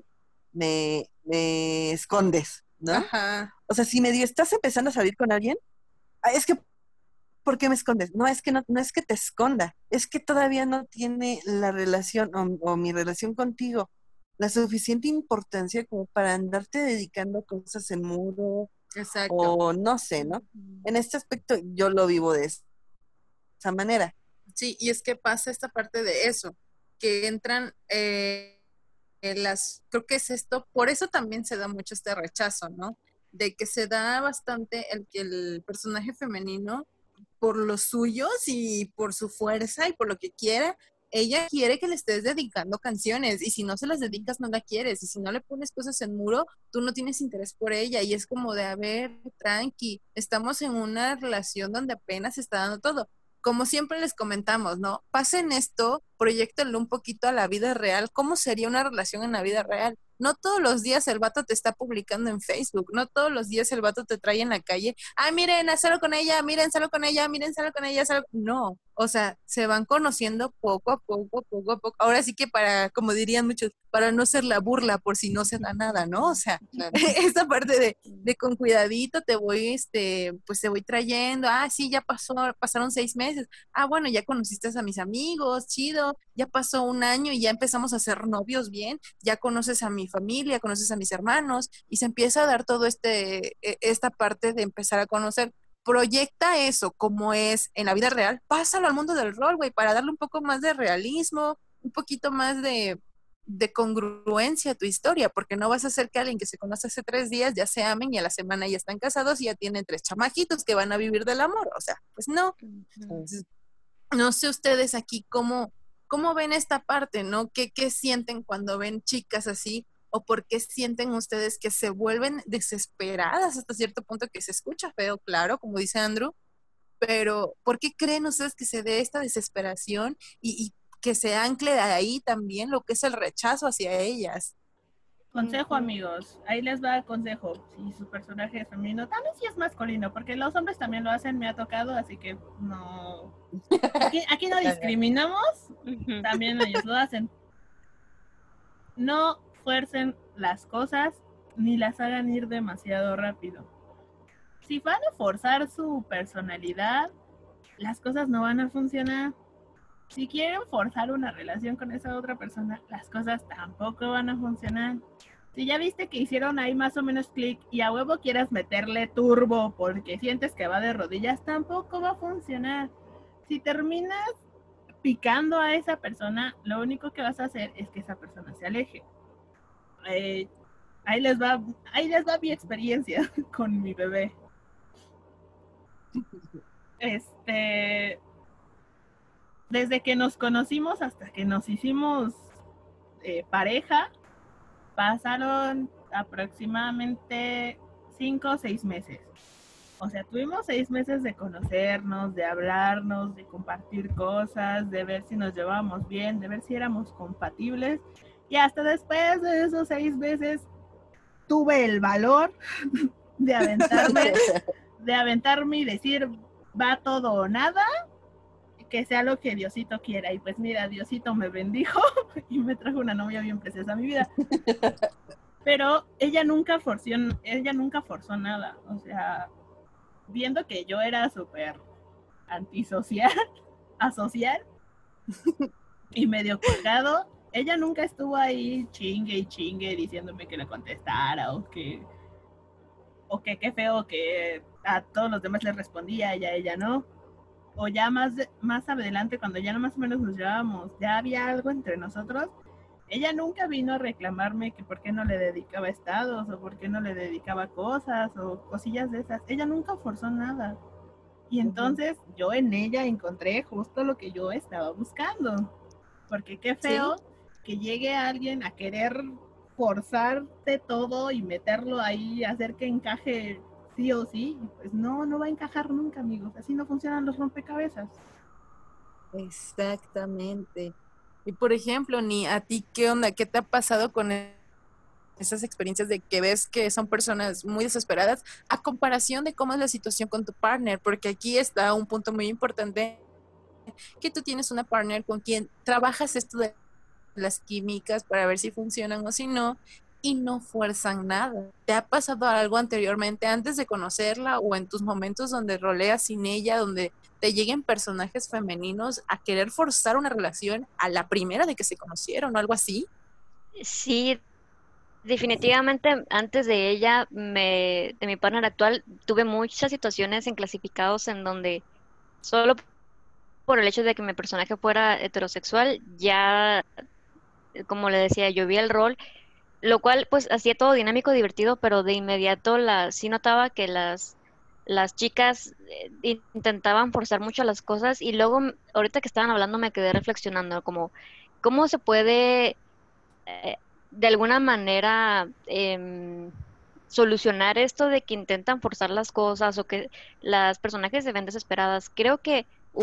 me escondes, ¿no? Ajá. O sea, si medio estás empezando a salir con alguien, es que, ¿por qué me escondes? No es que no es que te esconda, es que todavía no tiene la relación o mi relación contigo la suficiente importancia como para andarte dedicando cosas en muro Exacto. o no sé, ¿no? En este aspecto yo lo vivo de esa manera. Sí, y es que pasa esta parte de eso, que entran creo que es esto, por eso también se da mucho este rechazo, ¿no? De que se da bastante el que el personaje femenino, por los suyos y por su fuerza y por lo que quiera, ella quiere que le estés dedicando canciones y si no se las dedicas no la quieres y si no le pones cosas en muro, tú no tienes interés por ella y es como de, a ver, tranqui, estamos en una relación donde apenas se está dando todo. Como siempre les comentamos, ¿no? Pasen esto, proyéctenlo un poquito a la vida real. ¿Cómo sería una relación en la vida real? No todos los días el vato te está publicando en Facebook, no todos los días el vato te trae en la calle, ay, miren, hazlo con ella, miren, hazlo con ella, miren, hazlo con ella, hazlo. No, o sea, se van conociendo poco a poco, poco a poco. Ahora sí que para, como dirían muchos, para no ser la burla por si no se da nada, ¿no? O sea, Claro. esa parte de con cuidadito te voy, pues te voy trayendo, sí, ya pasaron 6 meses, bueno, ya conociste a mis amigos, chido, ya pasó un año y ya empezamos a ser novios bien, ya conoces a mi familia, conoces a mis hermanos y se empieza a dar todo esta parte de empezar a conocer. Proyecta eso como es en la vida real, pásalo al mundo del rol, güey, para darle un poco más de realismo, un poquito más de congruencia a tu historia, porque no vas a hacer que alguien que se conoce hace 3 días ya se amen y a la semana ya están casados y ya tienen 3 chamaquitos que van a vivir del amor, o sea, pues no. Entonces, no sé ustedes aquí cómo ven esta parte, ¿no? ¿Qué sienten cuando ven chicas así? ¿O por qué sienten ustedes que se vuelven desesperadas hasta cierto punto que se escucha feo, claro, como dice Andrew? Pero ¿por qué creen ustedes que se dé esta desesperación y que se ancle de ahí también lo que es el rechazo hacia ellas? Consejo, amigos. Ahí les va el consejo. Si su personaje es femenino, también si es masculino, porque los hombres también lo hacen, me ha tocado, así que no. Aquí no discriminamos, también ellos lo hacen. No fuercen las cosas ni las hagan ir demasiado rápido. Si van a forzar su personalidad, las cosas no van a funcionar. Si quieren forzar una relación con esa otra persona, las cosas tampoco van a funcionar. Si ya viste que hicieron ahí más o menos clic y a huevo quieras meterle turbo porque sientes que va de rodillas, tampoco va a funcionar. Si terminas picando a esa persona, lo único que vas a hacer es que esa persona se aleje. Ahí les va mi experiencia con mi bebé. Desde que nos conocimos hasta que nos hicimos pareja, pasaron aproximadamente 5 o 6 meses. O sea, tuvimos 6 meses de conocernos, de hablarnos, de compartir cosas, de ver si nos llevábamos bien, de ver si éramos compatibles. Y hasta después de esos 6 meses tuve el valor de aventarme y decir, va todo o nada, que sea lo que Diosito quiera. Y pues mira, Diosito me bendijo y me trajo una novia bien preciosa a mi vida. Pero ella nunca forzó nada. O sea, viendo que yo era súper antisocial, asocial y medio colgado, ella nunca estuvo ahí chingue y chingue diciéndome que le contestara o que qué feo que a todos los demás les respondía y a ella no. O ya más adelante, cuando ya más o menos nos llevábamos, ya había algo entre nosotros, ella nunca vino a reclamarme que por qué no le dedicaba estados o por qué no le dedicaba cosas o cosillas de esas. Ella nunca forzó nada. Y entonces yo en ella encontré justo lo que yo estaba buscando. Porque qué feo que llegue alguien a querer forzarte todo y meterlo ahí, hacer que encaje sí o sí. Pues no va a encajar nunca, amigos. Así no funcionan los rompecabezas. Exactamente. Y por ejemplo, ni a ti, ¿qué onda? ¿Qué te ha pasado con esas experiencias de que ves que son personas muy desesperadas a comparación de cómo es la situación con tu partner? Porque aquí está un punto muy importante que tú tienes una partner con quien trabajas esto de las químicas para ver si funcionan o si no, y no fuerzan nada. ¿Te ha pasado algo anteriormente, antes de conocerla o en tus momentos donde roleas sin ella, donde te lleguen personajes femeninos a querer forzar una relación a la primera de que se conocieron o algo así? Sí, definitivamente antes de ella, de mi partner actual, tuve muchas situaciones en clasificados en donde solo por el hecho de que mi personaje fuera heterosexual, ya, como le decía, yo vi el rol, lo cual pues hacía todo dinámico, divertido, pero de inmediato sí notaba que las chicas intentaban forzar mucho las cosas y luego, ahorita que estaban hablando, me quedé reflexionando, como, ¿cómo se puede eh, de alguna manera solucionar esto de que intentan forzar las cosas o que las personajes se ven desesperadas? Creo que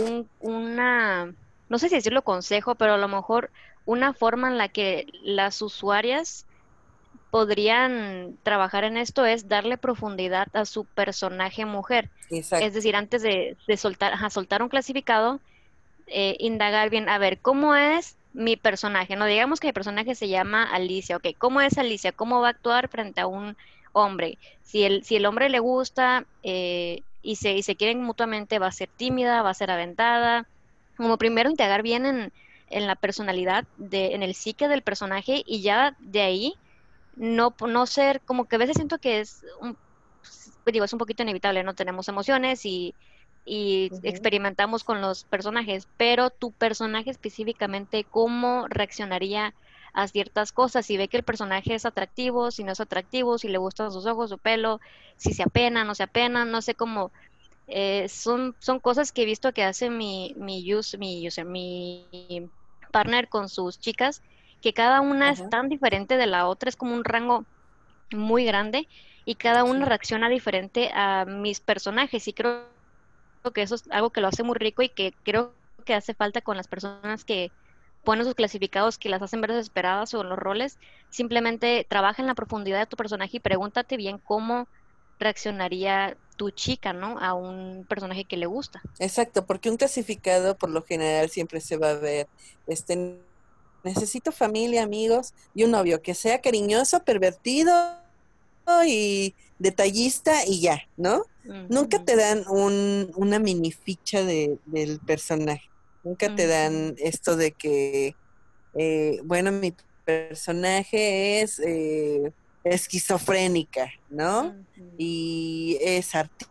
no sé si decirlo consejo, pero a lo mejor una forma en la que las usuarias podrían trabajar en esto es darle profundidad a su personaje mujer. Es Exacto. decir, antes de soltar, soltar un clasificado, indagar bien, a ver, ¿cómo es mi personaje? No digamos que mi personaje se llama Alicia, ok, ¿cómo es Alicia? ¿Cómo va a actuar frente a un hombre? Si el hombre le gusta y se quieren mutuamente, va a ser tímida, va a ser aventada. Como primero indagar bien en la personalidad, en el psique del personaje y ya de ahí no ser, como que a veces siento que digo, es un poquito inevitable, no tenemos emociones y Ujú. experimentamos con los personajes, pero tu personaje específicamente, ¿cómo reaccionaría a ciertas cosas? Si ve que el personaje es atractivo, si no es atractivo, si le gustan sus ojos, su pelo, si se apena, no se apena, no sé cómo. Son cosas que he visto que hace mi partner con sus chicas, que cada una es Ajá, tan diferente de la otra, es como un rango muy grande y cada una sí. reacciona diferente a mis personajes y creo que eso es algo que lo hace muy rico y que creo que hace falta con las personas que ponen sus clasificados que las hacen ver desesperadas o los roles. Simplemente trabaja en la profundidad de tu personaje y pregúntate bien cómo reaccionaría tu chica, ¿no? A un personaje que le gusta. Exacto, porque un clasificado por lo general siempre se va a ver, este, necesito familia, amigos y un novio que sea cariñoso, pervertido y detallista y ya, ¿no? Nunca Ujú, te dan una mini ficha del personaje. Nunca te ujú, dan esto de que, bueno, mi personaje es esquizofrénica, ¿no? ujú, Y es artista,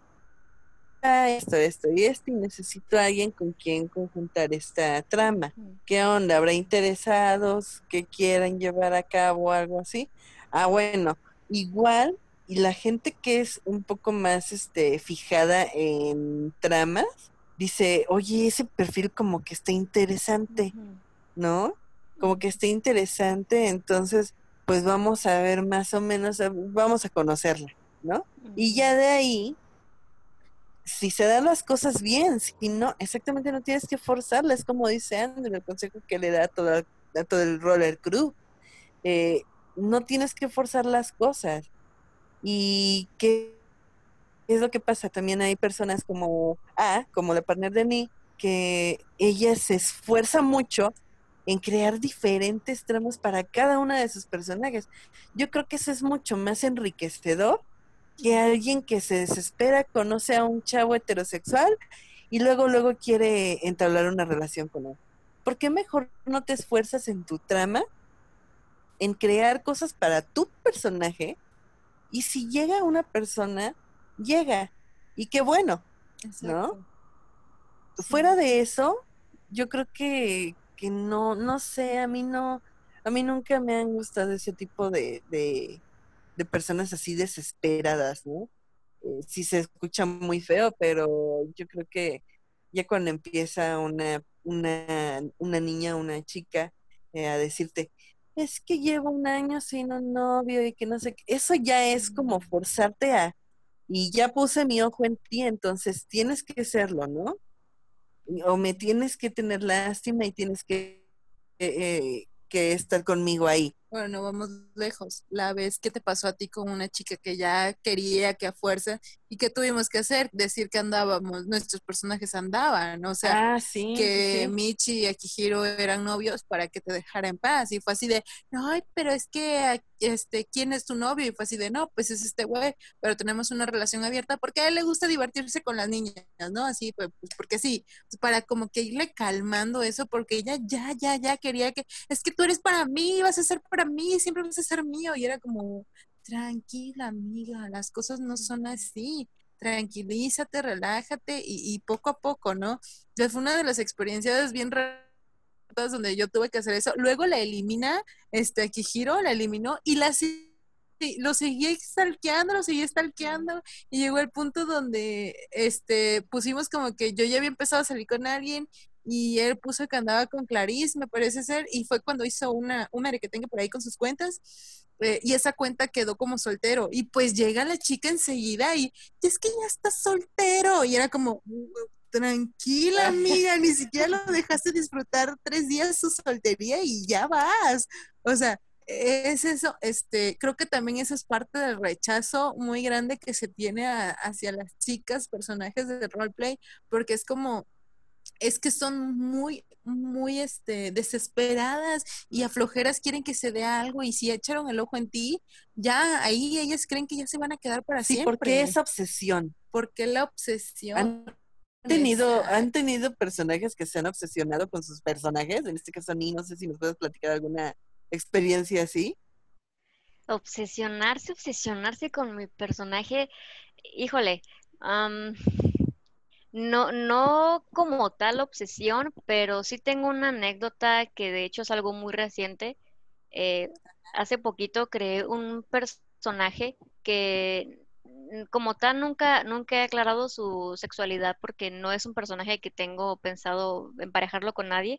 esto y esto, y necesito a alguien con quien conjuntar esta trama. ujú, ¿Qué onda? ¿Habrá interesados que quieran llevar a cabo algo así? Ah, bueno, igual, y la gente que es un poco más fijada en tramas, dice, oye, ese perfil como que está interesante, ujú, ¿no? Como ujú, que está interesante, entonces, pues vamos a ver más o menos, vamos a conocerla, ¿no? Y ujú, ya de ahí si se dan las cosas bien, si no, exactamente no tienes que forzarla, es como dice Andrew, el consejo que le da a todo el roller crew. Eh, no tienes que forzar las cosas. ¿Y qué es lo que pasa? También hay personas como la partner de mí, que ella se esfuerza mucho en crear diferentes tramas para cada una de sus personajes. Yo creo que eso es mucho más enriquecedor que ujú. alguien que se desespera, conoce a un chavo heterosexual y luego quiere entablar una relación con él. ¿Por qué mejor no te esfuerzas en tu trama, en crear cosas para tu personaje? Y si llega una persona, llega. Y qué bueno, ¿no? Exacto. Sí. Fuera de eso, yo creo que no sé, a mí nunca me han gustado ese tipo de personas así desesperadas, ¿no? Sí se escucha muy feo, pero yo creo que ya cuando empieza una niña, una chica, a decirte, es que llevo un año sin un novio y que no sé qué, eso ya es como Mm, forzarte y ya puse mi ojo en ti, entonces tienes que serlo, ¿no? O me tienes que tener lástima y tienes que estar conmigo ahí. Bueno, vamos lejos. La vez que te pasó a ti con una chica que ya quería que a fuerza, ¿y qué tuvimos que hacer? Decir que andábamos, nuestros personajes andaban, o sea, Ah, sí, sí, que sí. Michi y Akihiro eran novios para que te dejara en paz. Y fue así de, no, pero es que, ¿quién es tu novio? Y fue así de, no, pues es este güey, pero tenemos una relación abierta porque a él le gusta divertirse con las niñas, ¿no? Así, pues porque sí, pues para como que irle calmando eso, porque ella ya quería que es que tú eres para mí, vas a ser para mí, siempre vas a ser mío. Y era como, tranquila, amiga, las cosas no son así. Tranquilízate, relájate y poco a poco, ¿no? Ya fue una de las experiencias bien raras donde yo tuve que hacer eso. Luego la elimina, Akihiro la eliminó y lo seguía stalkeando, lo seguía stalkeando y llegó el punto donde pusimos como que yo ya había empezado a salir con alguien y él puso que andaba con Clarice, me parece ser, y fue cuando hizo una de que tenga por ahí con sus cuentas, y esa cuenta quedó como soltero, y pues llega la chica enseguida y es que ya está soltero, y era como, tranquila amiga, ni siquiera lo dejaste disfrutar 3 días su soltería y ya vas, o sea, es eso, creo que también eso es parte del rechazo muy grande que se tiene hacia las chicas, personajes de roleplay, porque es como, es que son muy, desesperadas y aflojeras, quieren que se dé algo y si echaron el ojo en ti, ya ahí ellas creen que ya se van a quedar para Sí, porque siempre. esa obsesión. Porque la obsesión ¿Han esa, han tenido personajes que se han obsesionado con sus personajes? En este caso, Ni, no sé si nos puedes platicar alguna experiencia así. Obsesionarse con mi personaje, híjole, am, no como tal obsesión, pero sí tengo una anécdota que de hecho es algo muy reciente. Eh, Hace poquito creé un personaje que como tal nunca he aclarado su sexualidad porque no es un personaje que tengo pensado emparejarlo con nadie.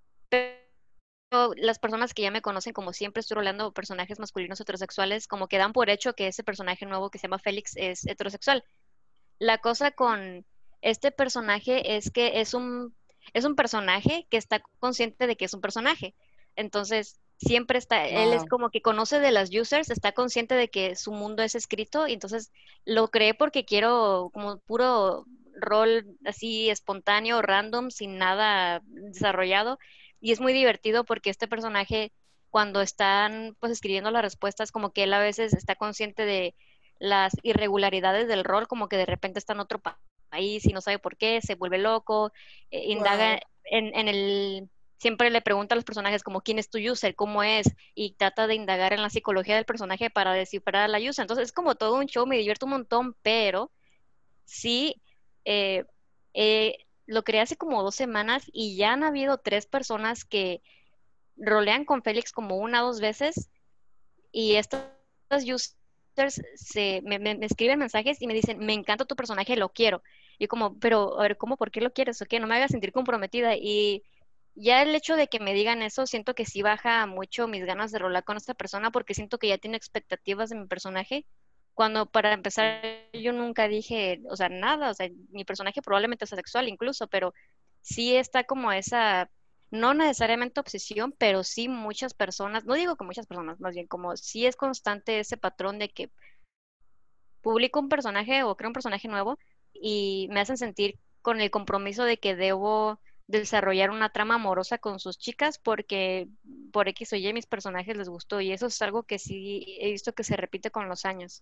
Las personas que ya me conocen, como siempre estoy roleando personajes masculinos heterosexuales, como que dan por hecho que ese personaje nuevo que se llama Félix es heterosexual. La cosa con este personaje es que es un personaje que está consciente de que es un personaje. Entonces, siempre está, él es Wow. como que conoce de las users, está consciente de que su mundo es escrito, y entonces lo creé porque quiero como puro rol así espontáneo, random, sin nada desarrollado. Y es muy divertido porque este personaje, cuando están pues escribiendo las respuestas, como que él a veces está consciente de las irregularidades del rol, como que de repente está en otro país y no sabe por qué, se vuelve loco, indaga wow, en el, siempre le pregunta a los personajes como quién es tu user, cómo es, y trata de indagar en la psicología del personaje para descifrar a la user. Entonces es como todo un show, me divierto un montón, pero sí, eh, lo creé hace como 2 semanas y ya han habido 3 personas que rolean con Félix como 1 o 2 veces y estas users me escriben mensajes y me dicen, me encanta tu personaje, lo quiero. Y como, pero, a ver, ¿cómo? ¿Por qué lo quieres? ¿O qué? No me hagas sentir comprometida. Y ya el hecho de que me digan eso, siento que sí baja mucho mis ganas de rolar con esta persona porque siento que ya tiene expectativas de mi personaje. Cuando para empezar yo nunca dije, o sea, nada, o sea, mi personaje probablemente es asexual incluso, pero sí está como esa, no necesariamente obsesión, pero sí muchas personas, no digo que muchas personas, más bien como sí es constante ese patrón de que publico un personaje o creo un personaje nuevo y me hacen sentir con el compromiso de que debo desarrollar una trama amorosa con sus chicas porque por X o Y mis personajes les gustó, y eso es algo que sí he visto que se repite con los años.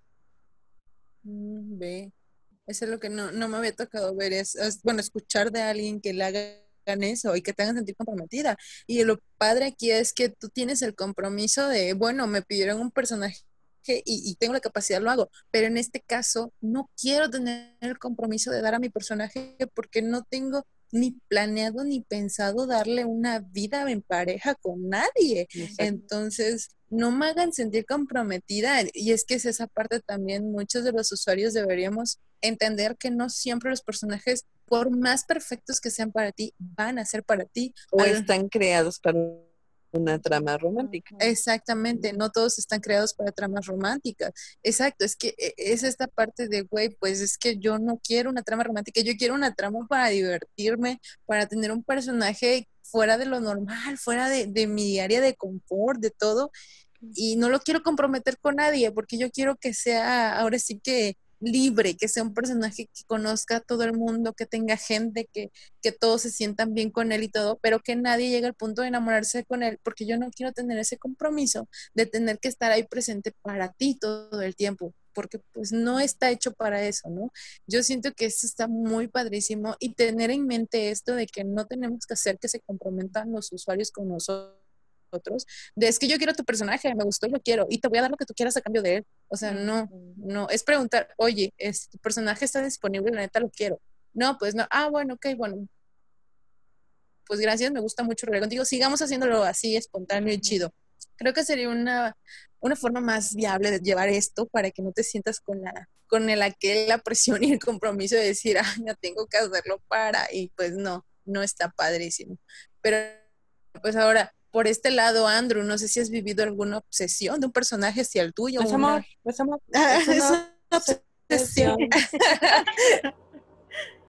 ve. Eso es lo que no me había tocado ver, bueno, escuchar de alguien que le hagan eso y que te hagan sentir comprometida. Y lo padre aquí es que tú tienes el compromiso de, bueno, me pidieron un personaje y tengo la capacidad, lo hago, pero en este caso no quiero tener el compromiso de dar a mi personaje porque no tengo ni planeado ni pensado darle una vida en pareja con nadie. Exacto. Entonces, no me hagan sentir comprometida. Y es que es esa parte también, muchos de los usuarios deberíamos entender que no siempre los personajes, por más perfectos que sean para ti, van a ser para ti. O están creados para una trama romántica. Exactamente, no todos están creados para tramas románticas. Exacto, es que es esta parte de, güey, pues es que yo no quiero una trama romántica, yo quiero una trama para divertirme, para tener un personaje fuera de lo normal, fuera de mi área de confort, de todo. y no lo quiero comprometer con nadie porque yo quiero que sea ahora sí que libre, que sea un personaje que conozca a todo el mundo, que tenga gente, que todos se sientan bien con él y todo, pero que nadie llegue al punto de enamorarse con él porque yo no quiero tener ese compromiso de tener que estar ahí presente para ti todo el tiempo, porque pues no está hecho para eso, ¿no? Yo siento que eso está muy padrísimo y tener en mente esto de que no tenemos que hacer que se comprometan los usuarios con nosotros, de es que yo quiero tu personaje, me gustó y lo quiero, y te voy a dar lo que tú quieras a cambio de él. O sea, no, es preguntar, oye, tu personaje está disponible, la neta lo quiero. No, pues no, bueno, ok, bueno, pues gracias, me gusta mucho rollar contigo, sigamos haciéndolo así, espontáneo y chido. Creo que sería una forma más viable de llevar esto para que no te sientas con la presión y el compromiso de decir, ya tengo que hacerlo y pues no está padrísimo. Pero pues ahora, por este lado, Andrew, no sé si has vivido alguna obsesión de un personaje hacia el tuyo. Pues amor, es una Es una obsesión.